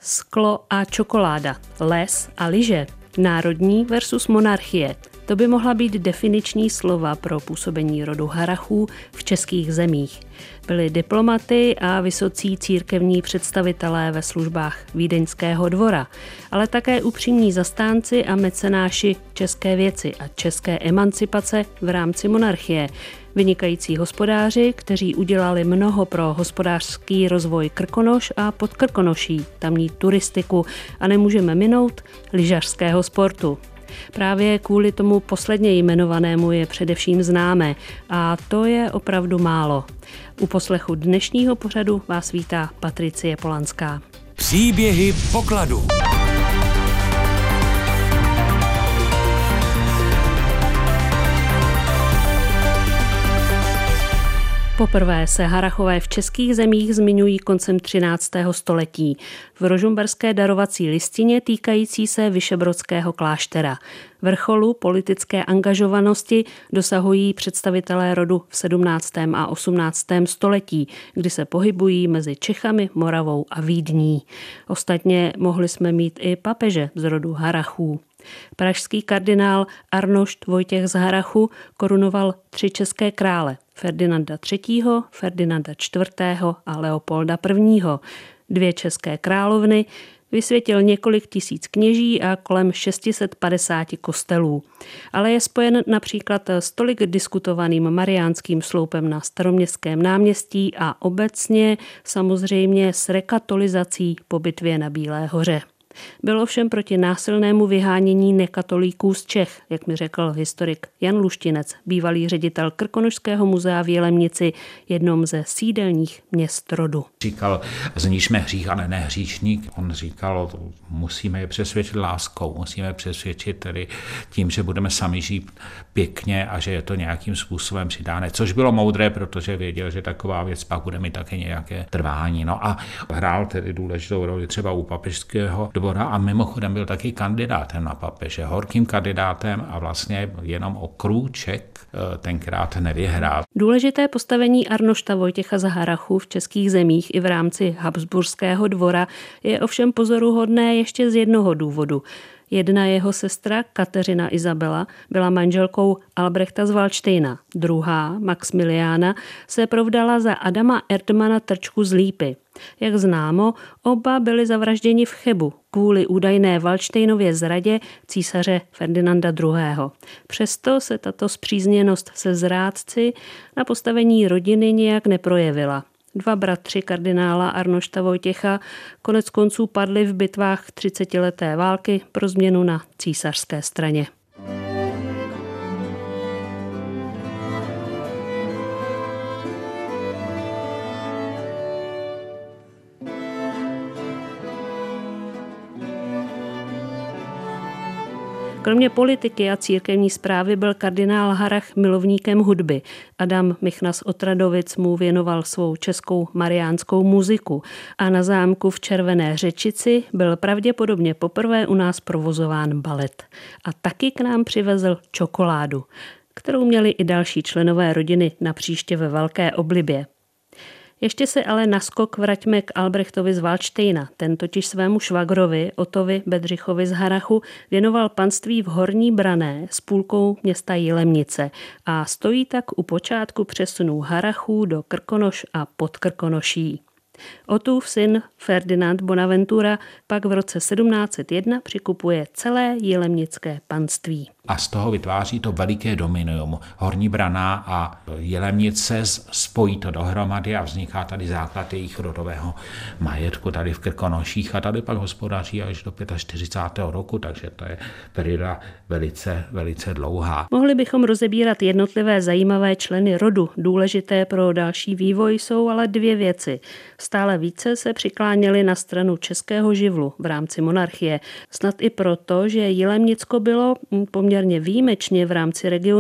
sklo a čokoláda, les a lyže, národní versus monarchie. To by mohla být definiční slova pro působení rodu Harrachů v českých zemích. Byli diplomaty a vysocí církevní představitelé ve službách vídeňského dvora, ale také upřímní zastánci a mecenáši české věci a české emancipace v rámci monarchie. Vynikající hospodáři, kteří udělali mnoho pro hospodářský rozvoj Krkonoš a Podkrkonoší, tamní turistiku a nemůžeme minout lyžařského sportu. Právě kvůli tomu posledně jmenovanému je především známé a to je opravdu málo. U poslechu dnešního pořadu vás vítá Patricie Polanská. Příběhy pokladu. Poprvé se Harrachové v českých zemích zmiňují koncem 13. století v rožmberské darovací listině týkající se Vyšebrodského kláštera. Vrcholu politické angažovanosti dosahují představitelé rodu v 17. a 18. století, kdy se pohybují mezi Čechami, Moravou a Vídní. Ostatně mohli jsme mít i papeže z rodu Harrachů. Pražský kardinál Arnošt Vojtěch z Harrachu korunoval 3 české krále, Ferdinanda III., Ferdinanda IV. A Leopolda I., 2 české královny, vysvětil několik tisíc kněží a kolem 650 kostelů. Ale je spojen například s tolik diskutovaným Mariánským sloupem na Staroměstském náměstí a obecně samozřejmě s rekatolizací po bitvě na Bílé hoře. Bylo všem proti násilnému vyhánění nekatolíků z Čech, jak mi řekl historik Jan Luštinec, bývalý ředitel Krkonošského muzea v Jilemnici, jednom ze sídelních měst rodu. Říkal, zničme hřích, ale ne hříšník. On říkal, musíme je přesvědčit láskou, musíme přesvědčit tedy tím, že budeme sami žít pěkně a že je to nějakým způsobem přidáno. Což bylo moudré, protože věděl, že taková věc pak bude mít také nějaké trvání. No a hrál tedy důležitou roli třeba u papežského dvora a mimochodem byl taky kandidátem na papeže, horkým kandidátem a vlastně jenom o krůček tenkrát nevyhrál. Důležité postavení Arnošta Vojtěcha z Harrachu v českých zemích i v rámci Habsburského dvora je ovšem pozoruhodné ještě z jednoho důvodu. Jedna jeho sestra, Kateřina Izabela, byla manželkou Albrechta z Valdštejna. Druhá, Maxmiliána, se provdala za Adama Erdmana Trčku z Lípy. Jak známo, oba byli zavražděni v Chebu kvůli údajné Valdštejnově zradě císaře Ferdinanda II. Přesto se tato spřízněnost se zrádci na postavení rodiny nijak neprojevila. 2 bratři kardinála Arnošta Vojtěcha konec konců padli v bitvách 30leté války pro změnu na císařské straně. Kromě politiky a církevní správy byl kardinál Harrach milovníkem hudby. Adam Michnas Otradovic mu věnoval svou českou mariánskou muziku a na zámku v Červené Řečici byl pravděpodobně poprvé u nás provozován balet. A taky k nám přivezl čokoládu, kterou měli i další členové rodiny napříště ve velké oblibě. Ještě se ale naskok vraťme k Albrechtovi z Valdštejna. Ten totiž svému švagrovi Otovi Bedřichovi z Harrachu věnoval panství v Horní Branné s půlkou města Jilemnice a stojí tak u počátku přesunu Harrachů do Krkonoš a Podkrkonoší. Otův syn Ferdinand Bonaventura pak v roce 1701 přikupuje celé jilemnické panství. A z toho vytváří to veliké dominium. Horní Branná a Jilemnice spojí to dohromady a vzniká tady základ jejich rodového majetku tady v Krkonoších a tady pak hospodaří až do 45. roku, takže to je perioda velice, velice dlouhá. Mohli bychom rozebírat jednotlivé zajímavé členy rodu. Důležité pro další vývoj jsou ale 2 věci. Stále více se přikláněli na stranu českého živlu v rámci monarchie. Snad i proto, že Jilemnicko bylo poměrně výjimečně v rámci regionu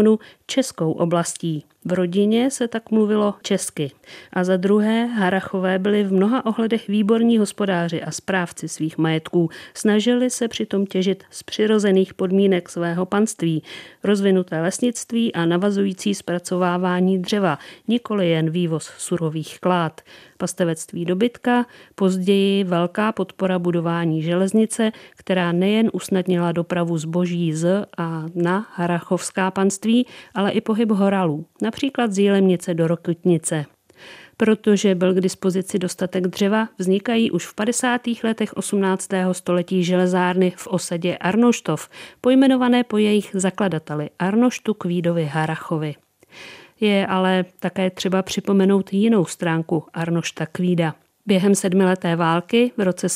českou oblastí. V rodině se tak mluvilo česky. A za druhé, Harrachové byli v mnoha ohledech výborní hospodáři a správci svých majetků. Snažili se přitom těžit z přirozených podmínek svého panství, rozvinuté lesnictví a navazující zpracovávání dřeva, nikoli jen vývoz surových klád. Pastevectví dobytka, později velká podpora budování železnice, která nejen usnadnila dopravu zboží z a na harrachovská panství, ale i pohyb horalů, například z Jilemnice do Rokytnice. Protože byl k dispozici dostatek dřeva, vznikají už v 50. letech 18. století železárny v osadě Arnoštov, pojmenované po jejich zakladateli Arnoštu Kvídovi Harrachovi. Je ale také třeba připomenout jinou stránku Arnošta Kvída. Během sedmileté války v roce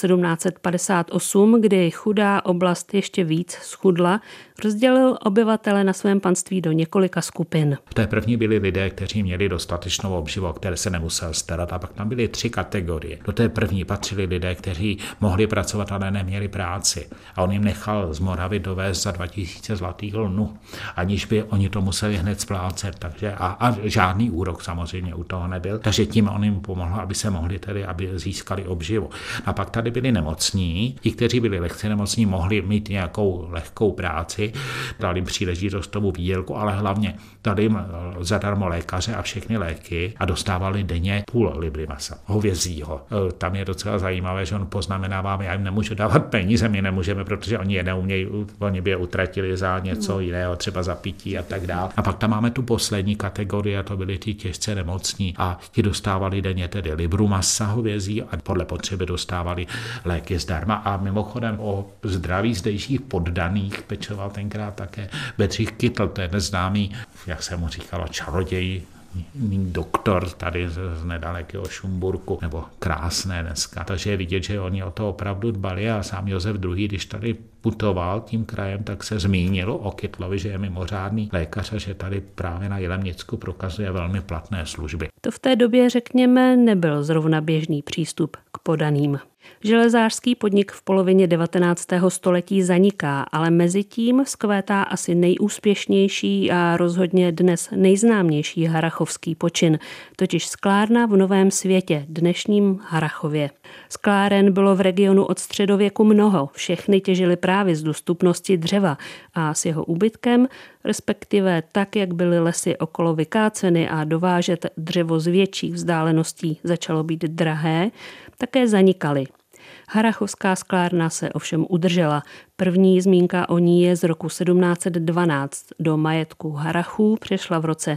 1758, kdy chudá oblast ještě víc schudla, rozdělil obyvatele na svém panství do několika skupin. V té první byli lidé, kteří měli dostatečnou obživu, o které se nemusel starat, a pak tam byly 3 kategorie. Do té první patřili lidé, kteří mohli pracovat, ale neměli práci. A on jim nechal z Moravy dovést za 2000 zlatých lnů, aniž by oni to museli hned splácet. Takže a žádný úrok samozřejmě u toho nebyl. Takže tím on jim pomohl, aby se mohli tedy, aby získali obživu. A pak tady byli nemocní. Ti, kteří byli lehce nemocní, mohli mít nějakou lehkou práci, dali jim příležitost tomu výdělku, ale hlavně dali jim zadarmo lékaře a všechny léky a dostávali denně půl libry masa, hovězího. Tam je docela zajímavé, že on poznamenává, já jim nemůžu dávat peníze, my nemůžeme, protože oni je neumějí, oni by je utratili za něco jiného, třeba za pití a tak dále. A pak tam máme tu poslední kategorii, a to byli ti těžce nemocní a ti dostávali denně tedy libru masa, hovězí, a podle potřeby dostávali léky zdarma. A mimochodem o zdraví zdejších poddaných pečoval tenkrát také Bedřich Kytl, ten známý, jak se mu říkalo, čaroděj, doktor tady z nedalekého Šumburku, nebo Krásné dneska. Takže je vidět, že oni o to opravdu dbali a sám Josef II., když tady putoval tím krajem, tak se zmínil o Kytlovi, že je mimořádný lékař a že tady právě na Jilemnicku prokazuje velmi platné služby. To v té době, řekněme, nebyl zrovna běžný přístup k podaným. Železářský podnik v polovině 19. století zaniká, ale mezitím vzkvétá asi nejúspěšnější a rozhodně dnes nejznámější harrachovský počin, totiž sklárna v Novém Světě, dnešním Harrachově. Skláren bylo v regionu od středověku mnoho, všechny těžily právě z dostupnosti dřeva a s jeho úbytkem, respektive tak, jak byly lesy okolo vykáceny a dovážet dřevo z větších vzdáleností začalo být drahé, také zanikaly. Harrachovská sklárna se ovšem udržela. První zmínka o ní je z roku 1712. Do majetku Harrachů přešla v roce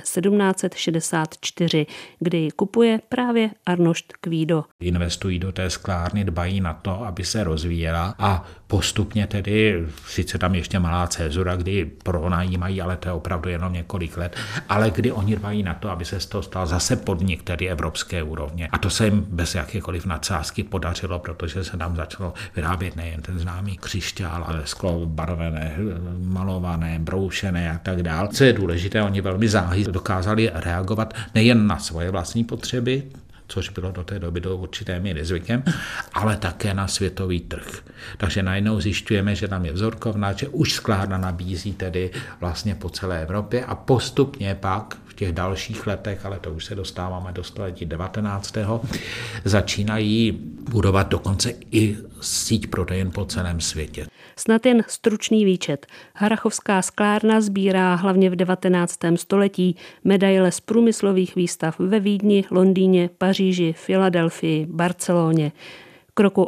1764, kdy ji kupuje právě Arnošt Kvído. Investují do té sklárny, dbají na to, aby se rozvíjela a postupně tedy, sice tam ještě malá cézura, kdy pronajímají, ale to je opravdu jenom několik let, ale kdy oni dbají na to, aby se z toho stal zase podnik, tedy evropské úrovně. A to se jim bez jakékoliv nadsázky podařilo, protože se tam začalo vyrábět nejen ten známý křišťál, ale sklo barvené, malované, broušené a tak dál. Co je důležité, oni velmi záhy dokázali reagovat nejen na svoje vlastní potřeby, což bylo do té doby do určité míry zvykem, ale také na světový trh. Takže najednou zjišťujeme, že tam je vzorkovna, že už sklárna nabízí tedy vlastně po celé Evropě a postupně pak v těch dalších letech, ale to už se dostáváme do století 19. začínají budovat dokonce i síť prodejen po celém světě. Snad jen stručný výčet. Harrachovská sklárna sbírá hlavně v 19. století medaile z průmyslových výstav ve Vídni, Londýně, Paříži, Filadelfii, Barceloně. K roku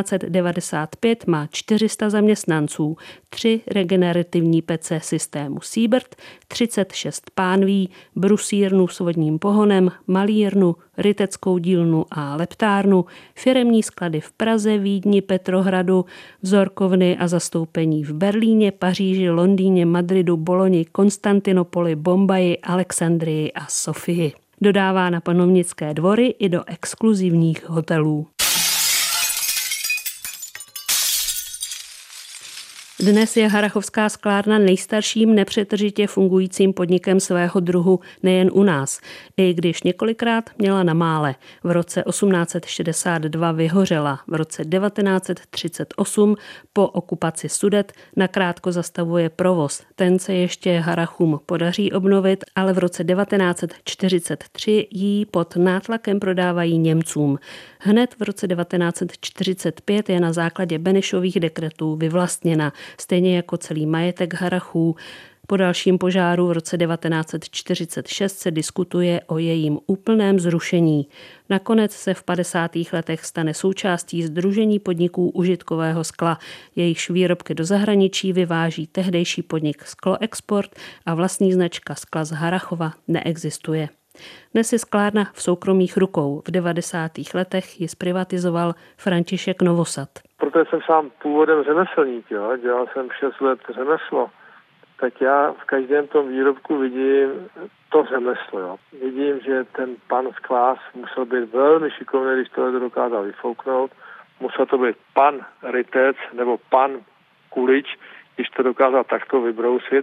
1895 má 400 zaměstnanců, 3 regenerativní pece systému Siebert, 36 pánví, brusírnu s vodním pohonem, malírnu, ryteckou dílnu a leptárnu, firemní sklady v Praze, Vídni, Petrohradu, vzorkovny a zastoupení v Berlíně, Paříži, Londýně, Madridu, Boloni, Konstantinopoli, Bombaji, Alexandrii a Sofii. Dodává na panovnické dvory i do exkluzivních hotelů. Dnes je Harrachovská sklárna nejstarším nepřetržitě fungujícím podnikem svého druhu nejen u nás, i když několikrát měla na mále. V roce 1862 vyhořela, v roce 1938 po okupaci Sudet nakrátko zastavuje provoz. Ten se ještě Harrachům podaří obnovit, ale v roce 1943 ji pod nátlakem prodávají Němcům. Hned v roce 1945 je na základě Benešových dekretů vyvlastněna, stejně jako celý majetek Harrachů. Po dalším požáru v roce 1946 se diskutuje o jejím úplném zrušení. Nakonec se v 50. letech stane součástí Sdružení podniků užitkového skla. Jejichž výrobky do zahraničí vyváží tehdejší podnik Skloexport a vlastní značka skla z Harrachova neexistuje. Dnes je sklárna v soukromých rukou. V 90. letech ji zprivatizoval František Novosad. Protože jsem sám původem řemeslník, jo? Dělal jsem 6 let řemeslo, tak já v každém tom výrobku vidím to řemeslo. Jo? Vidím, že ten pan sklář musel být velmi šikovný, když tohle dokázal vyfouknout. Musel to být pan rytec nebo pan kulič, když to dokázal takto vybrousit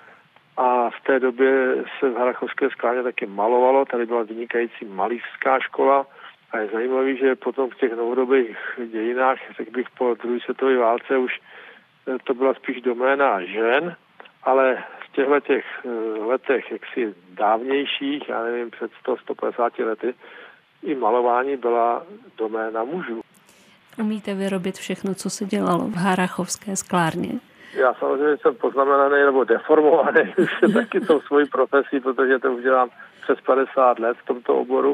a v té době se v Harrachovské sklárně taky malovalo, tady byla vynikající malířská škola a je zajímavý, že potom v těch novodobých dějinách, řekl bych po druhé světové válce, už to byla spíš doména žen, ale v těchto letech jaksi dávnějších, já nevím, před 100-150 lety, i malování byla doména mužů. Umíte vyrobit všechno, co se dělalo v Harrachovské sklárně? Já samozřejmě jsem poznamenaný nebo deformovaný už taky tou svojí profesí, protože to už dělám přes 50 let v tomto oboru.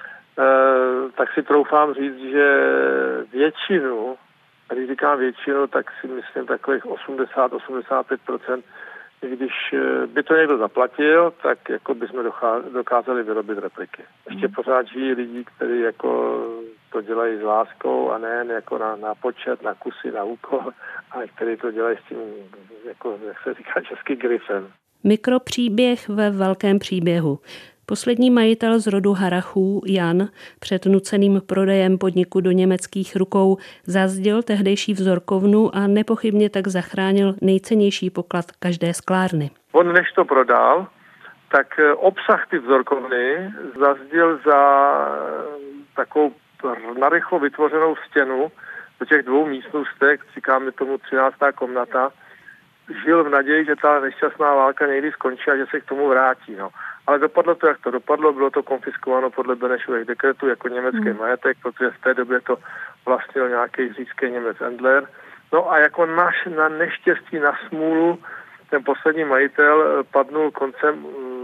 Tak si troufám říct, že většinu, a když říkám většinu, tak si myslím takových 80-85%, když by to někdo zaplatil, tak jako bychom dokázali vyrobit repliky. Ještě pořád žijí lidi, kteří jako to dělají s láskou a nejen jako na počet, na kusy, na úkol, ale kteří to dělají s tím, jako, jak se říká český grifem. Mikropříběh ve velkém příběhu. Poslední majitel z rodu Harrachů, Jan, před nuceným prodejem podniku do německých rukou zazděl tehdejší vzorkovnu a nepochybně tak zachránil nejcennější poklad každé sklárny. On než to prodal, tak obsah ty vzorkovny zazděl za takovou narychlo vytvořenou stěnu do těch 2 místnostek, říkáme tomu 13. komnata, žil v naději, že ta nešťastná válka někdy skončí a že se k tomu vrátí. No. Ale dopadlo to, jak to dopadlo, bylo to konfiskováno podle Benešových dekretů jako německý majetek, protože v té době to vlastnil nějaký říšský Němec Endler. No a jako na neštěstí, na smůlu, ten poslední majitel padnul koncem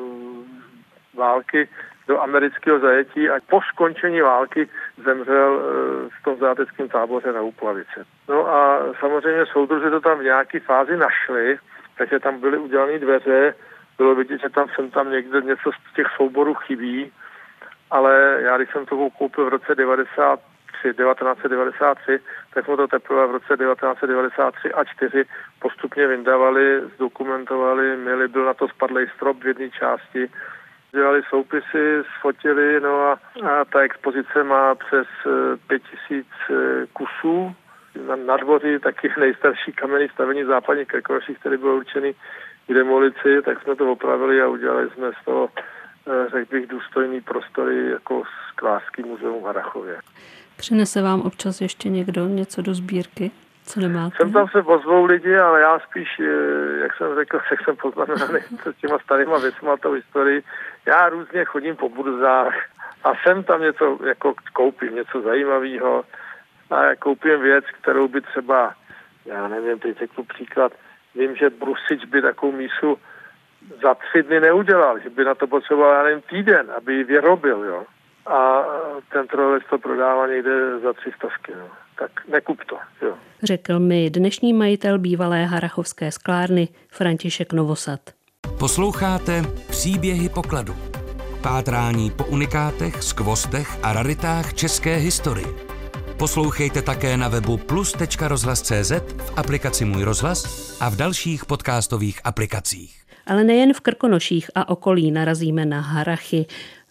války do amerického zajetí a po skončení války zemřel v tom zajateckém táboře na Úplavice. No a samozřejmě soudruzi to tam v nějaké fázi našli, takže tam byly udělané dveře, bylo vidět, že tam někde něco z těch souborů chybí, ale já když jsem to koupil v roce 1993, tak jsme to teprve v roce 1993 a 4 postupně vyndavali, zdokumentovali, byl na to spadlej strop v jedné části, dělali soupisy, sfotili, no a ta expozice má přes 5000 kusů. Na dvoří taky nejstarší kamenný stavení západních Krkonoší, který byl určený k demolici, tak jsme to opravili a udělali jsme z toho, řekl bych, důstojný prostory jako sklářský muzeum v Harrachově. Přinese vám občas ještě někdo něco do sbírky? Co nemáte? Sem tam se ozvou lidi, ale já spíš, jak jsem řekl, jak jsem poznamenaný s těma starýma věcma, tou historii. Já různě chodím po burzách a sem tam něco jako koupím, něco zajímavého. A koupím věc, kterou by třeba, já nevím, teď řeknu příklad, vím, že Brusič by takovou mísu za 3 dny neudělal, že by na to potřeboval, já nevím, týden, aby ji vyrobil, jo. A ten trolec to prodává někde za 300, no. Tak nekup to, jo. Řekl mi dnešní majitel bývalé Harrachovské sklárny František Novosad. Posloucháte Příběhy pokladu. Pátrání po unikátech, skvostech a raritách české historie. Poslouchejte také na webu plus.rozhlas.cz, v aplikaci Můj rozhlas a v dalších podcastových aplikacích. Ale nejen v Krkonoších a okolí narazíme na Harrachy.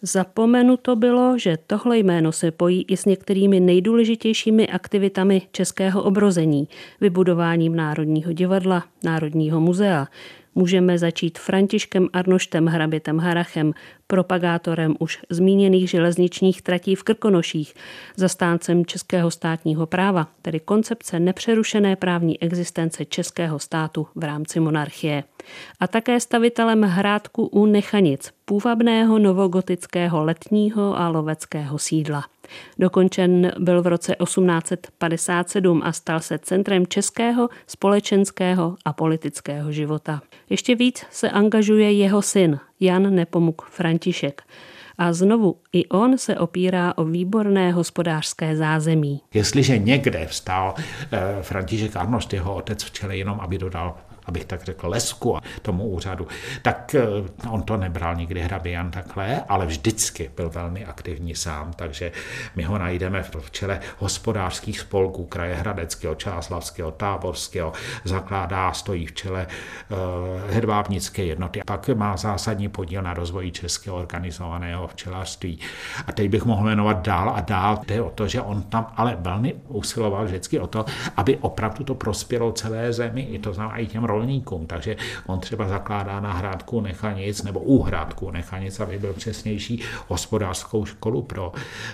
Zapomenuto bylo, že tohle jméno se pojí i s některými nejdůležitějšími aktivitami českého obrození, vybudováním Národního divadla, Národního muzea. Můžeme začít Františkem Arnoštem Hrabětem Harrachem, propagátorem už zmíněných železničních tratí v Krkonoších, zastáncem českého státního práva, tedy koncepce nepřerušené právní existence českého státu v rámci monarchie. A také stavitelem hrádku u Nechanic, půvabného novogotického letního a loveckého sídla. Dokončen byl v roce 1857 a stal se centrem českého, společenského a politického života. Ještě víc se angažuje jeho syn Jan Nepomuk František. A znovu i on se opírá o výborné hospodářské zázemí. Jestliže někde vstál František Arnošt, jeho otec v čele, jenom aby dodal, abych tak řekl, lesku tomu úřadu, tak on to nebral nikdy hrabě Jan takhle, ale vždycky byl velmi aktivní sám, takže my ho najdeme v čele hospodářských spolků kraje Hradeckého, Čáslavského, Táborského, zakládá, stojí v čele hedvábnické jednoty. Pak má zásadní podíl na rozvoji českého organizovaného včelařství. A teď bych mohl jmenovat dál a dál. Jde o to, že on tam ale velmi usiloval vždycky o to, aby opravdu to prospělo celé zemi, i to znamená i těm rolníkům, takže on třeba zakládá na Hrádku Nechanic nebo u Hrádku Nechanic, aby byl přesnější, hospodářskou školu pro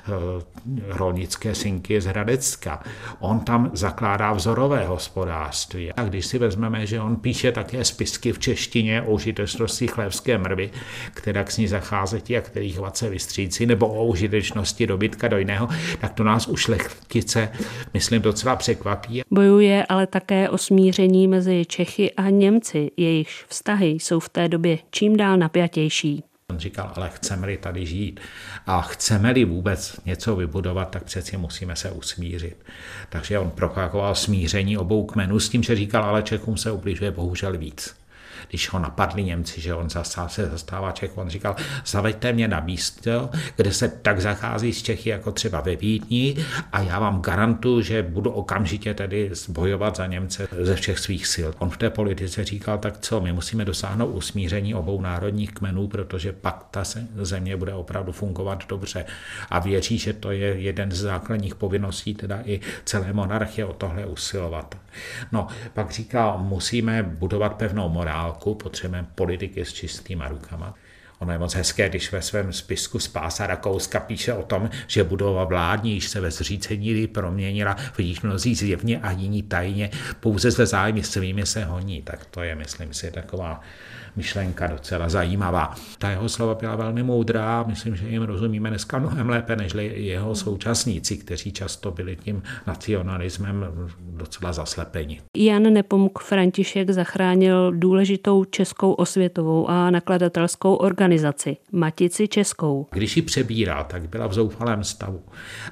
rolnické synky z Hradecka. On tam zakládá vzorové hospodářství. A když si vezmeme, že on píše také spisky v češtině o užitečnosti chlévské mrvy, která k ní zacházeti a kterých vace vystříci, nebo o užitečnosti dobytka dojného, tak to nás už šlechtice, myslím, docela překvapí. Bojuje ale také o smíření mezi Čechy a Němci, jejichž vztahy jsou v té době čím dál napjatější. On říkal, ale chceme-li tady žít a chceme-li vůbec něco vybudovat, tak přeci musíme se usmířit. Takže on propagoval smíření obou kmenů s tím, že říkal, ale Čechům se ubližuje bohužel víc. Když ho napadli Němci, že on se zastává Čech, on říkal, zaveďte mě na místo, kde se tak zachází s Čechy jako třeba ve Vídni a já vám garantuju, že budu okamžitě tedy bojovat za Němce ze všech svých sil. On v té politice říkal, tak co, my musíme dosáhnout usmíření obou národních kmenů, protože pak ta země bude opravdu fungovat dobře a věří, že to je jeden z základních povinností, teda i celé monarchie o tohle usilovat. No, pak říkal, musíme budovat pevnou morálku, potřebujeme politiky s čistýma rukama. Ono je moc hezké, když ve svém spisku Spása Rakouska píše o tom, že budova vládní již se ve zřícení proměnila, vidíš mnozí zjevně a jiní tajně, pouze ze zájmy svými se honí. Tak to je, myslím si, taková myšlenka docela zajímavá. Ta jeho slova byla velmi moudrá, myslím, že jim rozumíme dneska mnohem lépe, než jeho současníci, kteří často byli tím nacionalismem docela zaslepeni. Jan Nepomuk František zachránil důležitou českou osvětovou a nakladatelskou organizaci Matici českou. Když ji přebíral, tak byla v zoufalém stavu.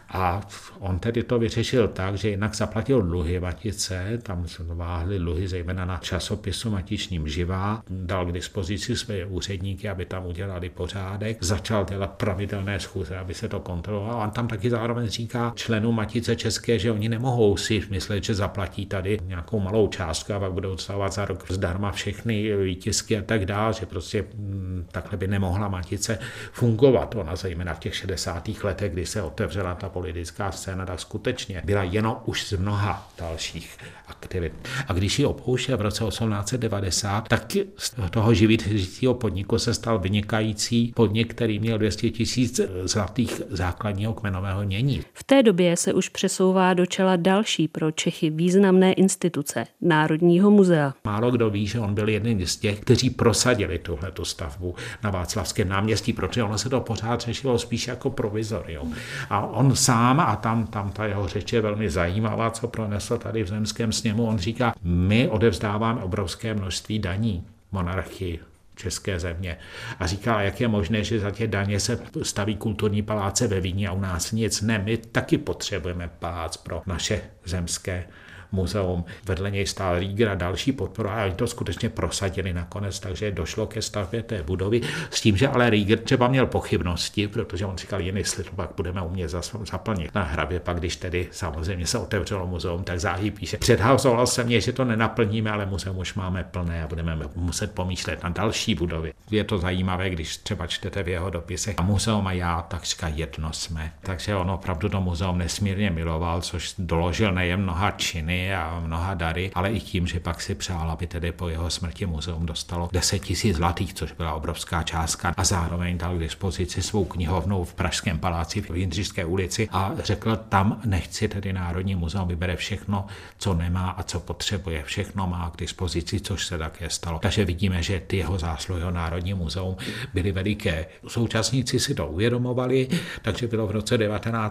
A on tedy to vyřešil tak, že jinak zaplatil dluhy Matice, tam váhly dluhy zejména na časopisu Matičním živá, dal k dispozici své úředníky, aby tam udělali pořádek, začal dělat pravidelné schůze, aby se to kontrolovalo. On tam taky zároveň říká členům Matice české, že oni nemohou si myslet, že zaplatí tady nějakou malou částku a pak budou dostávat za rok zdarma všechny výtisky a tak dále, že prostě takhle by nemohla Matice fungovat. Ona zejména v těch 60. letech, kdy se otevřela ta politická scéna, tak skutečně byla jenom už z mnoha dalších aktivit. A když ji opouštěl v roce 1890, tak z toho živícího podniku se stal vynikající podnik, který měl 200 000 zlatých základního kmenového jmění. V té době se už přesouvá do čela další pro Čechy významné instituce, Národního muzea. Málo kdo ví, že on byl jeden z těch, kteří prosadili tuhletu stavbu na Václavském náměstí, protože ono se to pořád řešilo spíš jako provizorium. A on sám, a tam ta jeho řeč je velmi zajímavá, co pronesl tady v zemském sněmu, on říká, my odevzdáváme obrovské množství daní monarchii české země. A říká, jak je možné, že za tě daně se staví kulturní paláce ve Vídni a u nás nic. Ne, my taky potřebujeme palác pro naše zemské muzeum. Vedle něj stál Rieger a další podpora a oni to skutečně prosadili nakonec, takže došlo ke stavbě té budovy s tím, že ale Rieger třeba měl pochybnosti, protože on říkal, jen jestli to pak budeme umět zaplnit. Na Hrabě pak, když tedy samozřejmě se otevřelo muzeum, tak záhy píše, předhazoval se mě, že to nenaplníme, ale muzeum už máme plné a budeme muset pomýšlet na další budovy. Je to zajímavé, když třeba čtete v jeho dopisech a muzeum a já takřka jedno jsme. Takže on opravdu to muzeum nesmírně miloval, což doložil nejen mnoha činy a mnoha dary, ale i tím, že pak si přál, aby tedy po jeho smrti muzeum dostalo 10 000 zlatých, což byla obrovská částka, a zároveň dal k dispozici svou knihovnu v Pražském paláci v Jindřišské ulici a řekl, tam nechci tedy Národní muzeum, vybere všechno, co nemá a co potřebuje. Všechno má k dispozici, což se také stalo. Takže vidíme, že ty jeho zásluhy o Národní muzeum byly veliké. Současníci si to uvědomovali, takže bylo v roce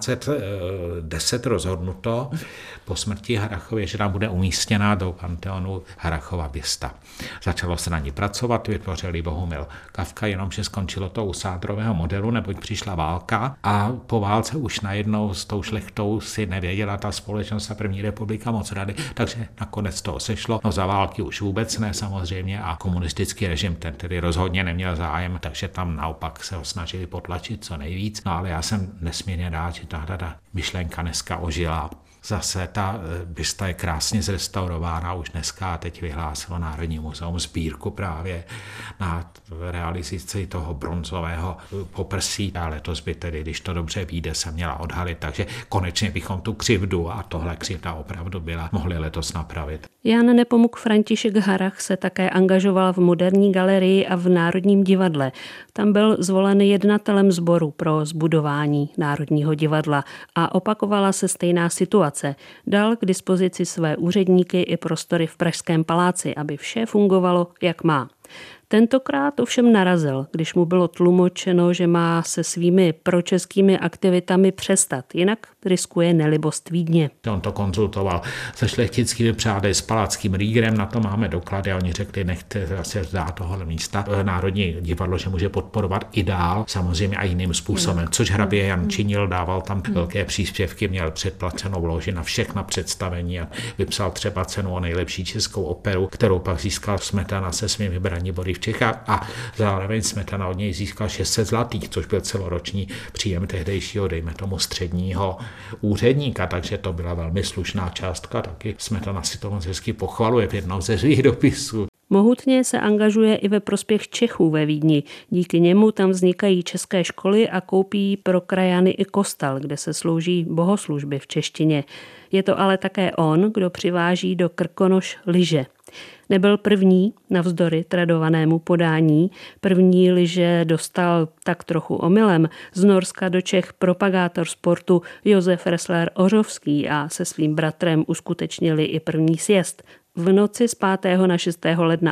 1910 rozhodnuto po smrti Harrachově, že tam bude umístěna do Panteonu Harrachova bysta. Začalo se na ní pracovat, vytvořili Bohumil Kafka, jenomže skončilo to u sádrového modelu, neboť přišla válka a po válce už najednou s tou šlechtou si nevěděla ta společnost a první republika moc rady, takže nakonec toho sešlo. No za války už vůbec ne samozřejmě a komunistický režim ten tedy rozhodně neměl zájem, takže tam naopak se ho snažili potlačit co nejvíc. No ale já jsem nesmírně rád, že ta myšlenka dneska ožila. Zase ta bysta je krásně zrestaurována už dneska a teď vyhlásilo Národní muzeum sbírku právě na realizaci toho bronzového poprsí. A letos by tedy, když to dobře vyjde, se měla odhalit, takže konečně bychom tu křivdu, a tohle křivda opravdu byla, mohli letos napravit. Jan Nepomuk František Harrach se také angažoval v Moderní galerii a v Národním divadle. Tam byl zvolen jednatelem sboru pro zbudování Národního divadla a opakovala se stejná situace. Dal k dispozici své úředníky i prostory v Pražském paláci, aby vše fungovalo, jak má. Tentokrát ovšem narazil, když mu bylo tlumočeno, že má se svými pročeskými aktivitami přestat, jinak riskuje nelibost Vídně. On to konzultoval se šlechtickými přáteli, s palackým Riegerem, na to máme doklady a oni řekli, nechte se vzdát tohohle místa. Národní divadlo, že může podporovat i dál, samozřejmě a jiným způsobem, což hrabě Jan činil, dával tam velké příspěvky, měl předplacenou loži na všechna představení a vypsal třeba cenu o nejlepší českou operu, kterou pak získal Smetana se svými Branibory v Čechách a zároveň Smetana od něj získal 600 zlatých, což byl celoroční příjem tehdejšího, dejme tomu středního úředníka, takže to byla velmi slušná částka, taky Smetana si to moc hezky pochvaluje v jednom ze svých dopisů. Mohutně se angažuje i ve prospěch Čechů ve Vídni. Díky němu tam vznikají české školy a koupí pro krajany i kostel, kde se slouží bohoslužby v češtině. Je to ale také on, kdo přiváží do Krkonoš lyže. Nebyl první, navzdory tradovanému podání. První lyže dostal tak trochu omylem z Norska do Čech propagátor sportu Josef Ressler Ořovský a se svým bratrem uskutečnili i první sjezd. V noci z 5. na 6. ledna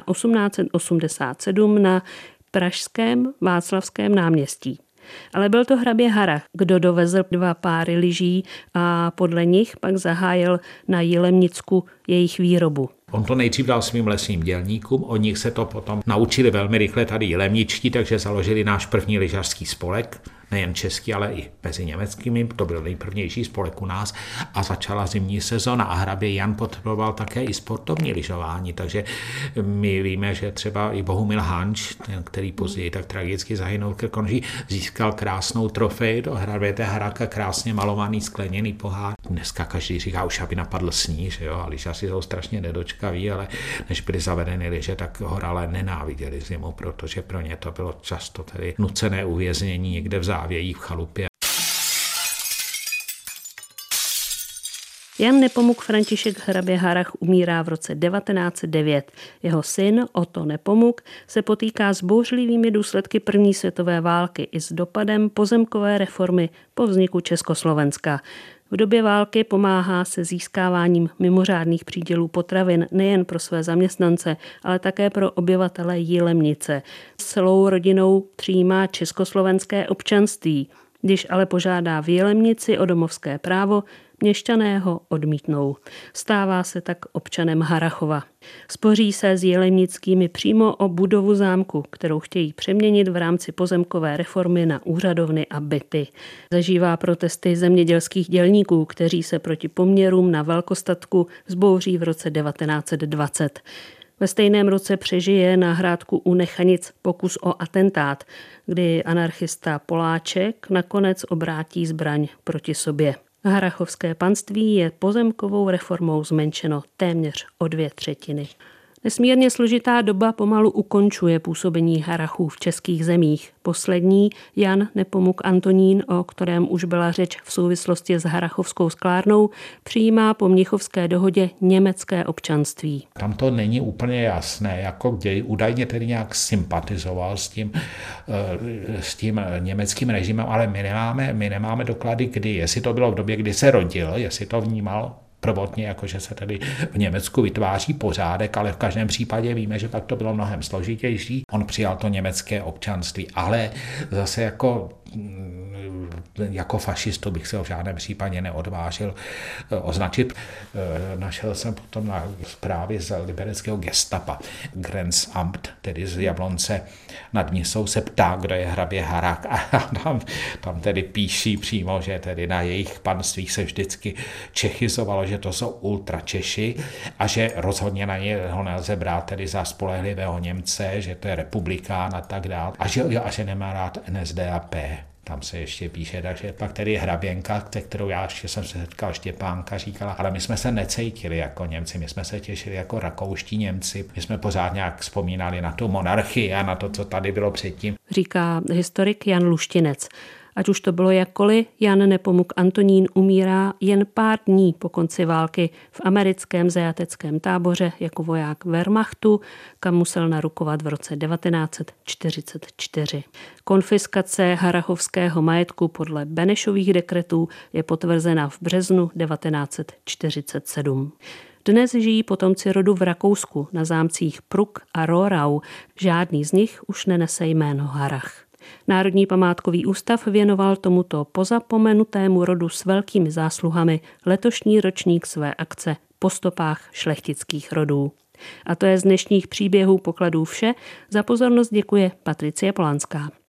1887 na pražském Václavském náměstí. Ale byl to hrabě Harrach, kdo dovezl 2 páry lyží a podle nich pak zahájil na Jilemnicku jejich výrobu. On to nejdřív dal svým lesním dělníkům, o nich se to potom naučili velmi rychle tady jilemničtí, takže založili náš první lyžařský spolek, nejen český, ale i mezi německými, to byl nejprvnější spolek u nás a začala zimní sezona a hrabě Jan potřeboval také i sportovní lyžování, takže my víme, že třeba i Bohumil Hanč, ten, který později tak tragicky zahynul v Krkonoší, získal krásnou trofej do hraběte Harracha, krásně malovaný skleněný pohár. Dneska každý říká, už aby napadl sníh, že jo, a lyžaři jsou strašně nedočkaví, ale než byly zavedeny lyže, tak horale nenáviděli zimu, protože pro ně to bylo často tedy nucené uvěznění někde v závějí v chalupě. Jan Nepomuk František hrabě Harrach umírá v roce 1909. Jeho syn Otto Nepomuk se potýká s bouřlivými důsledky první světové války i s dopadem pozemkové reformy po vzniku Československa. V době války pomáhá se získáváním mimořádných přídělů potravin nejen pro své zaměstnance, ale také pro obyvatele Jilemnice. S celou rodinou přijímá československé občanství. Když ale požádá v Jilemnici o domovské právo, Měšťané ho odmítnou. Stává se tak občanem Harrachova. Spoří se s Jelemnickými přímo o budovu zámku, kterou chtějí přeměnit v rámci pozemkové reformy na úřadovny a byty. Zažívá protesty zemědělských dělníků, kteří se proti poměrům na velkostatku vzbouří v roce 1920. Ve stejném roce přežije na Hrádku u Nechanic pokus o atentát, kdy anarchista Poláček nakonec obrátí zbraň proti sobě. Harrachovské panství je pozemkovou reformou zmenšeno téměř o 2/3. Nesmírně složitá doba pomalu ukončuje působení Harrachů v českých zemích. Poslední, Jan Nepomuk Antonín, o kterém už byla řeč v souvislosti s harrachovskou sklárnou, přijímá po Mnichovské dohodě německé občanství. Tam to není úplně jasné, jako kdy údajně tedy nějak sympatizoval s tím německým režimem, ale my nemáme doklady, kdy, jestli to bylo v době, kdy se rodil, jestli to vnímal prvotně, jakože se tedy v Německu vytváří pořádek, ale v každém případě víme, že pak to bylo mnohem složitější. On přijal to německé občanství, ale zase jako fašistu bych se v žádném případě neodvážil označit. Našel jsem potom na zprávě z libereckého gestapa Grenzamt, tedy z Jablonce nad Nisou, se ptá, kdo je hrabě Harrach, a tam tedy píší přímo, že tedy na jejich panstvích se vždycky čechizovalo, že to jsou ultračeši a že rozhodně na ně ho nelze brát tedy za spolehlivého Němce, že to je republikán a tak dále a že nemá rád NSDAP. Tam se ještě píše, takže pak tedy hraběnka, se kterou já ještě jsem se setkal, Štěpánka, říkala, ale my jsme se necítili jako Němci, my jsme se těšili jako rakouští Němci, my jsme pořád nějak vzpomínali na tu monarchii a na to, co tady bylo předtím. Říká historik Jan Luštinec. Ať už to bylo jakkoliv, Jan Nepomuk Antonín umírá jen pár dní po konci války v americkém zajateckém táboře jako voják Wehrmachtu, kam musel narukovat v roce 1944. Konfiskace harrachovského majetku podle Benešových dekretů je potvrzena v březnu 1947. Dnes žijí potomci rodu v Rakousku na zámcích Pruk a Rohrau. Žádný z nich už nenese jméno Harrach. Národní památkový ústav věnoval tomuto pozapomenutému rodu s velkými zásluhami letošní ročník své akce Po stopách šlechtických rodů. A to je z dnešních příběhů pokladů vše. Za pozornost děkuje Patricie Polanská.